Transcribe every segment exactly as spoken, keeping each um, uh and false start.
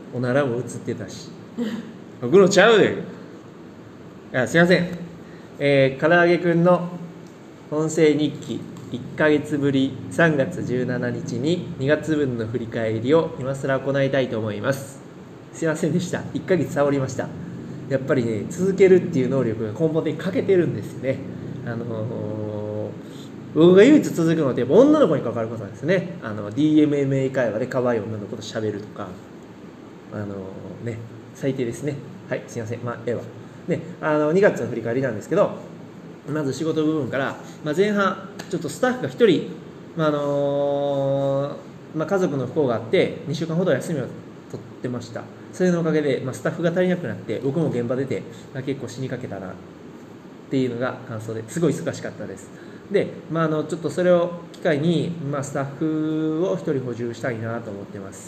おならも映ってたし僕のちゃうで。いやすいません、えー、唐揚げくんの音声日記いっかげつぶりさんがつじゅうしちにちににがつぶんの振り返りを今更行いたいと思います。すいませんでした。いっかげつサボりました。やっぱりね、続けるっていう能力が根本的に欠けてるんですよね。あのー、僕が唯一続くのってやっぱ女の子に関わることなんですね。あの ディーエムエムエー 会話で可愛い女の子と喋るとか、あのー、ね最低ですね。はいすいません、まあええわね。あのにがつの振り返りなんですけど、まず仕事部分から、まあ、前半ちょっとスタッフがひとり、まああのーまあ、家族の不幸があってにしゅうかんほど休みを取ってました。それのおかげで、まあ、スタッフが足りなくなって僕も現場出て、まあ、結構死にかけたなっていうのが感想ですごい忙しかったです。で、まあ、あのちょっとそれを機会に、まあ、スタッフをひとり補充したいなと思ってます。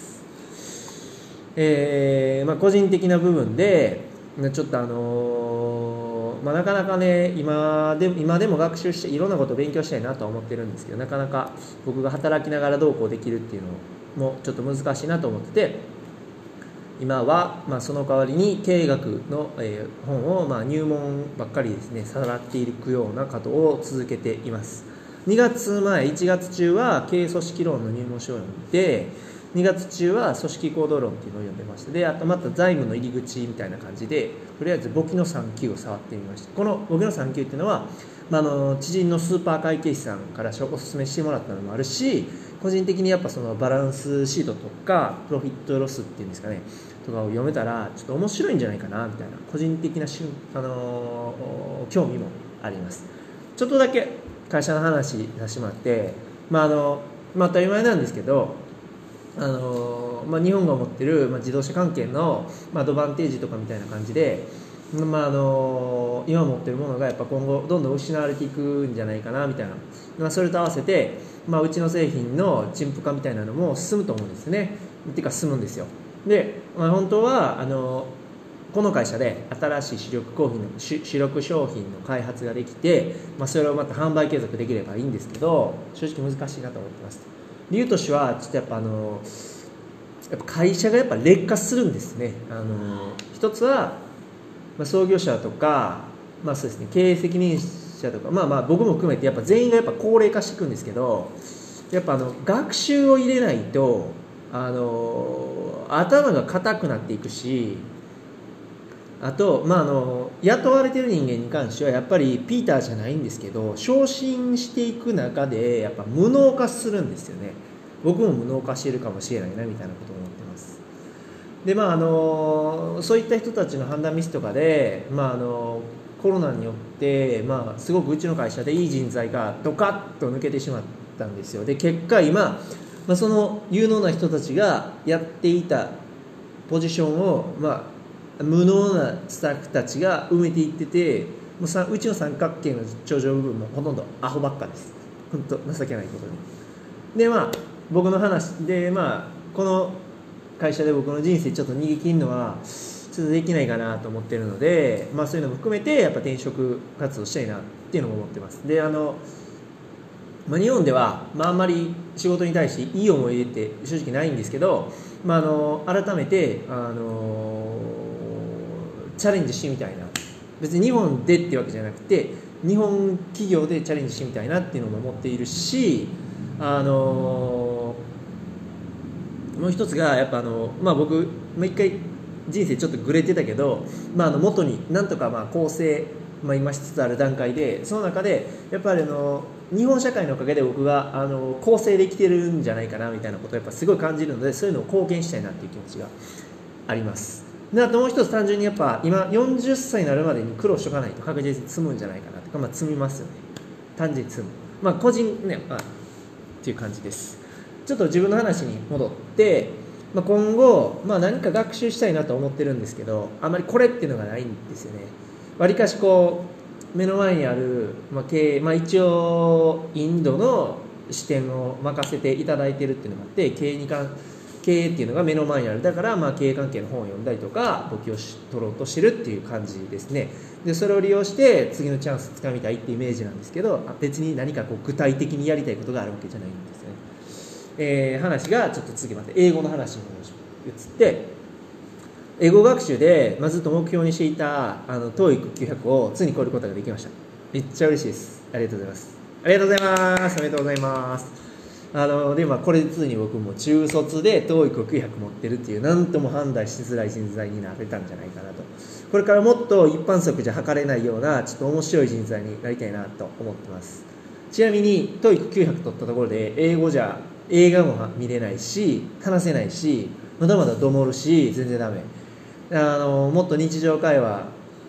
えーまあ、個人的な部分でちょっとあのーまあ、なかなかね 今で, 今でも学習していろんなことを勉強したいなとは思ってるんですけど、なかなか僕が働きながらどうこうできるっていうのもちょっと難しいなと思ってて、今はまあその代わりに経営学のえ本をまあ入門ばっかりですねさらっていくようなことを続けています。にがつまえいちがつ中は経営組織論の入門書を読んで、にがつ中は組織行動論っていうのを読んでました。であとまた財務の入り口みたいな感じでとりあえず簿記のさん級を触ってみました。この簿記のさん級っていうのは、まあ、あの知人のスーパー会計士さんからお勧めしてもらったのもあるし、個人的にやっぱそのバランスシートとかプロフィットロスっていうんですかねとかを読めたらちょっと面白いんじゃないかなみたいな個人的なしゅ、あのー、興味もあります。ちょっとだけ会社の話させてもらって、まああのまあ、当たり前なんですけど、あのーまあ、日本が持ってる、まあ、自動車関係の、まあ、アドバンテージとかみたいな感じで、まああのー、今持ってるものがやっぱ今後どんどん失われていくんじゃないかなみたいな、まあ、それと合わせて、まあ、うちの製品の陳腐化みたいなのも進むと思うんですね。っていうか進むんですよ。で、まあ、本当はあのこの会社で新しい主力商品の主力商品の開発ができて、まあ、それをまた販売継続できればいいんですけど、正直難しいなと思ってます。理由としてはちょっとやっぱあのやっぱ会社がやっぱ劣化するんですね。あの一つは、まあ、創業者とか、まあそうですね、経営責任者とか、まあまあ僕も含めてやっぱ全員がやっぱ高齢化していくんですけど、やっぱあの学習を入れないとあの頭が硬くなっていくし、あと、まあ、あの雇われてる人間に関してはやっぱりピーターじゃないんですけど、昇進していく中でやっぱ無能化するんですよね。僕も無能化しているかもしれないなみたいなことを思ってます。で、まあ、あのそういった人たちの判断ミスとかで、まあ、あのコロナによって、まあ、すごくうちの会社でいい人材がドカッと抜けてしまったんですよ。で結果今、まあ、その有能な人たちがやっていたポジションを、まあ、無能なスタッフたちが埋めていってて、もうさうちの三角形の頂上部分もほとんどアホばっかです。本当情けないことに。でまあ僕の話で、まあこの会社で僕の人生ちょっと逃げ切るのはちょっとできないかなと思ってるので、まあ、そういうのも含めてやっぱ転職活動したいなっていうのも思ってます。であの、まあ、日本では、まあ、あんまり仕事に対していい思い出って正直ないんですけど、まあ、あの改めてあのチャレンジしてみたいな、別に日本でってわけじゃなくて日本企業でチャレンジしてみたいなっていうのも思っているし、あのもう一つがやっぱあの、まあ、僕もう一回人生ちょっとグレてたけど、まあ、あの元になんとかまあ構成、まあ、今しつつある段階で、その中でやっぱりあの日本社会のおかげで僕があの構成できてるんじゃないかなみたいなことをやっぱすごい感じるので、そういうのを貢献したいなっていう気持ちがあります。であともう一つ単純にやっぱ今よんじゅっさいになるまでに苦労しとかないと確実に積むんじゃないかなとか、まあ、積みますよね。単純に積む、まあ、個人ね、まあ、っていう感じです。ちょっと自分の話に戻って、まあ、今後、まあ、何か学習したいなと思ってるんですけど、あまりこれっていうのがないんですよね。わりかしこう目の前にある、まあ経営まあ、一応インドの視点を任せていただいているっていうのがあって、経営に関経営っていうのが目の前にある。だからまあ経営関係の本を読んだりとか簿記を取ろうとしてるっていう感じですね。でそれを利用して次のチャンスつかみたいってイメージなんですけど、別に何かこう具体的にやりたいことがあるわけじゃないんですよね。えー、話がちょっと続きまして英語の話に移って、 英語学習で、まあ、ずっと目標にしていたあの トーイックきゅうひゃく をついに超えることができました。めっちゃ嬉しいです。ありがとうございます。ありがとうございます。おめでとうございます。あので、まあ、これでついに僕も中卒で トーイック きゅうひゃく持ってるっていう、なんとも判断しづらい人材になれたんじゃないかなと。これからもっと一般則じゃ測れないようなちょっと面白い人材になりたいなと思ってます。ちなみに トーイックきゅうひゃく 取ったところで英語じゃ映画も見れないし話せないし、まだまだどもるし、全然ダメ。あのもっと日常会話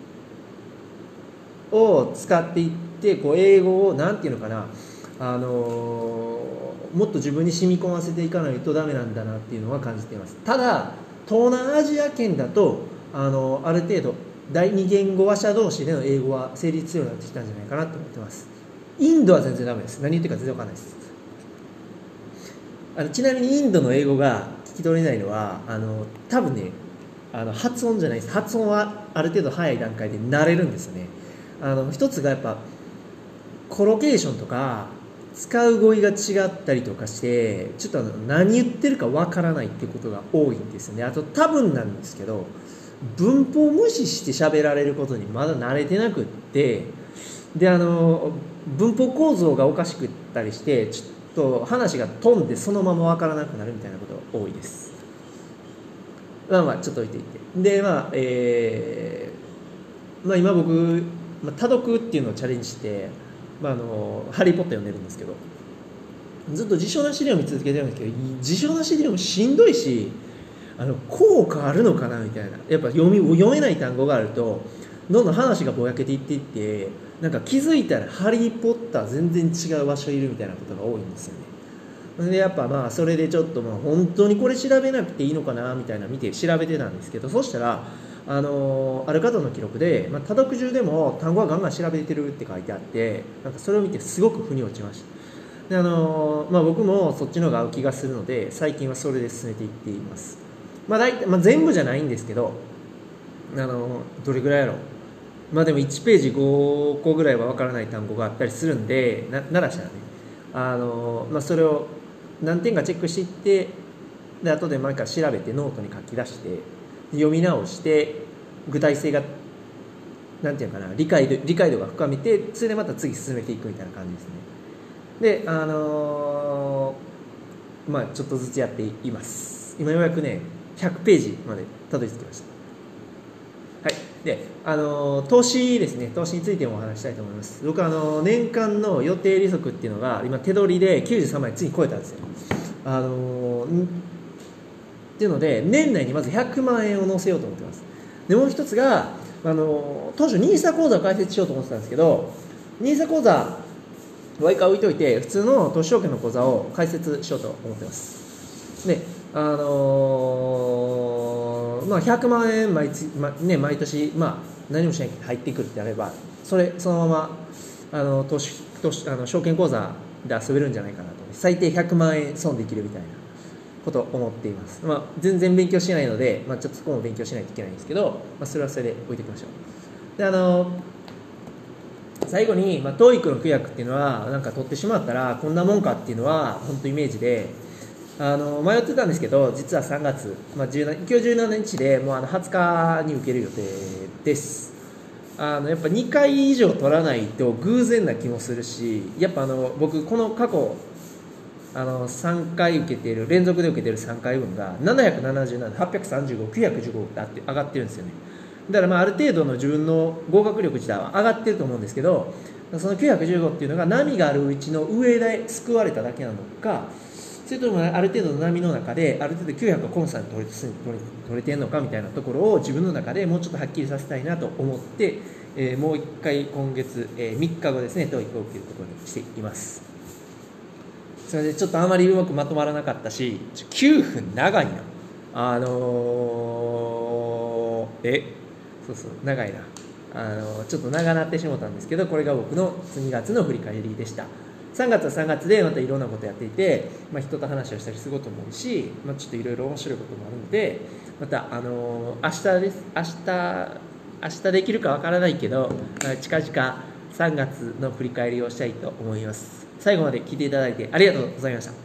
を使っていって、こう英語をなんていうのかな、あのもっと自分に染み込ませていかないとダメなんだなっていうのは感じています。ただ東南アジア圏だとあのある程度第二言語話者同士での英語は成立するようになってきたんじゃないかなと思ってます。インドは全然ダメです。何言ってるか全然わかんないです。あのちなみにインドの英語が聞き取れないのはあの多分ね、あの発音じゃないです。発音はある程度早い段階で慣れるんですよね。あの一つがやっぱコロケーションとか使う語彙が違ったりとかしてちょっとあの何言ってるかわからないっていうことが多いんですよね。あと多分なんですけど文法を無視して喋られることにまだ慣れてなくって、であの文法構造がおかしくったりしてちょっと話が飛んでそのままわからなくなるみたいなことが多いです。まあまあちょっと置いていて、でまあえー、まあ今僕、まあ、多読っていうのをチャレンジして、まあ、あのハリー・ポッター読んでるんですけど、ずっと辞書なしで読み続けてるんですけど、辞書なしで読むしんどいし、あの効果あるのかなみたいな、やっぱ読み読めない単語があるとどんどん話がぼやけていっていって、なんか気づいたらハリー・ポッター全然違う場所にいるみたいなことが多いんですよね。でやっぱまあそれでちょっとまあ本当にこれ調べなくていいのかなみたいな見て調べてたんですけど、そしたらあのある方の記録で、まあ、多読中でも単語はガンガン調べてるって書いてあって、なんかそれを見てすごく腑に落ちました。であの、まあ、僕もそっちの方が合う気がするので最近はそれで進めていっています。まあ大体まあ、全部じゃないんですけど、あのどれぐらいやろう、まあでもいちページごこぐらいは分からない単語があったりするんで、なならしたらね、あの、まあ、それを何点かチェックしていって、で後で毎回調べてノートに書き出して読み直して具体性がなんていうかな、理解度理解度が深めて、それでまた次進めていくみたいな感じですね。であのー、まあちょっとずつやっています。今ようやくねひゃくページまでたどり着きました。はい、であの投資ですね、投資についてもお話したいと思います。僕あの年間の予定利息っていうのが今手取りできゅうじゅうさんまん円ついに超えたんですよ。あのっていうので年内にまずひゃくまん円を乗せようと思ってます。でもう一つがあの当初 ニーサ 口座を開設しようと思ってたんですけど、 ニーサ 口座は一回置いといて普通の投資証券の口座を開設しようと思ってます。であのーまあ、ひゃくまん円 毎,、まね、毎年、まあ、何もしないで入ってくるってあればそれそのままあの投資投資あの証券口座で遊べるんじゃないかなと、最低ひゃくまん円損できるみたいなことを思っています。まあ、全然勉強しないので、まあ、ちょっとそこも勉強しないといけないんですけど、まあ、それはそれで置いておきましょう。であの最後に、まあ、トーイックのきゅうひゃくっていうのはなんか取ってしまったらこんなもんかっていうのは本当イメージで、あの迷ってたんですけど、実はさんがつ、まあ、じゅうなな今日じゅうしちにちでもうあのはつかに受ける予定です。あのやっぱにかい以上取らないと偶然な気もするし、やっぱあの僕この過去あのさんかい受けている連続で受けているさんかいぶんがななひゃくななじゅうなな、はっぴゃくさんじゅうご、きゅうひゃくじゅうごってあって上がってるんですよね。だからまあある程度の自分の合格力自体は上がってると思うんですけど、そのきゅうひゃくじゅうごっていうのが波があるうちの上で救われただけなのか、それともある程度の波の中である程度きゅうひゃくがコンスタントに取れ取れ取れてるのかみたいなところを自分の中でもうちょっとはっきりさせたいなと思って、えー、もういっかい今月、えー、みっかごですねトーイックを受けることにしています。それでちょっとあまりうまくまとまらなかったしきゅうふん長いな、あのー、えそうそう長いな、あのー、ちょっと長なってしまったんですけど、これが僕のにがつの振り返りでした。さんがつはさんがつでまたいろんなことやっていて、まあ、人と話をしたりすることも多いし、まあ、ちょっといろいろ面白いこともあるので、また、あのー、明日です明日明日できるかわからないけど、まあ、近々さんがつの振り返りをしたいと思います。最後まで聞いていただいてありがとうございました。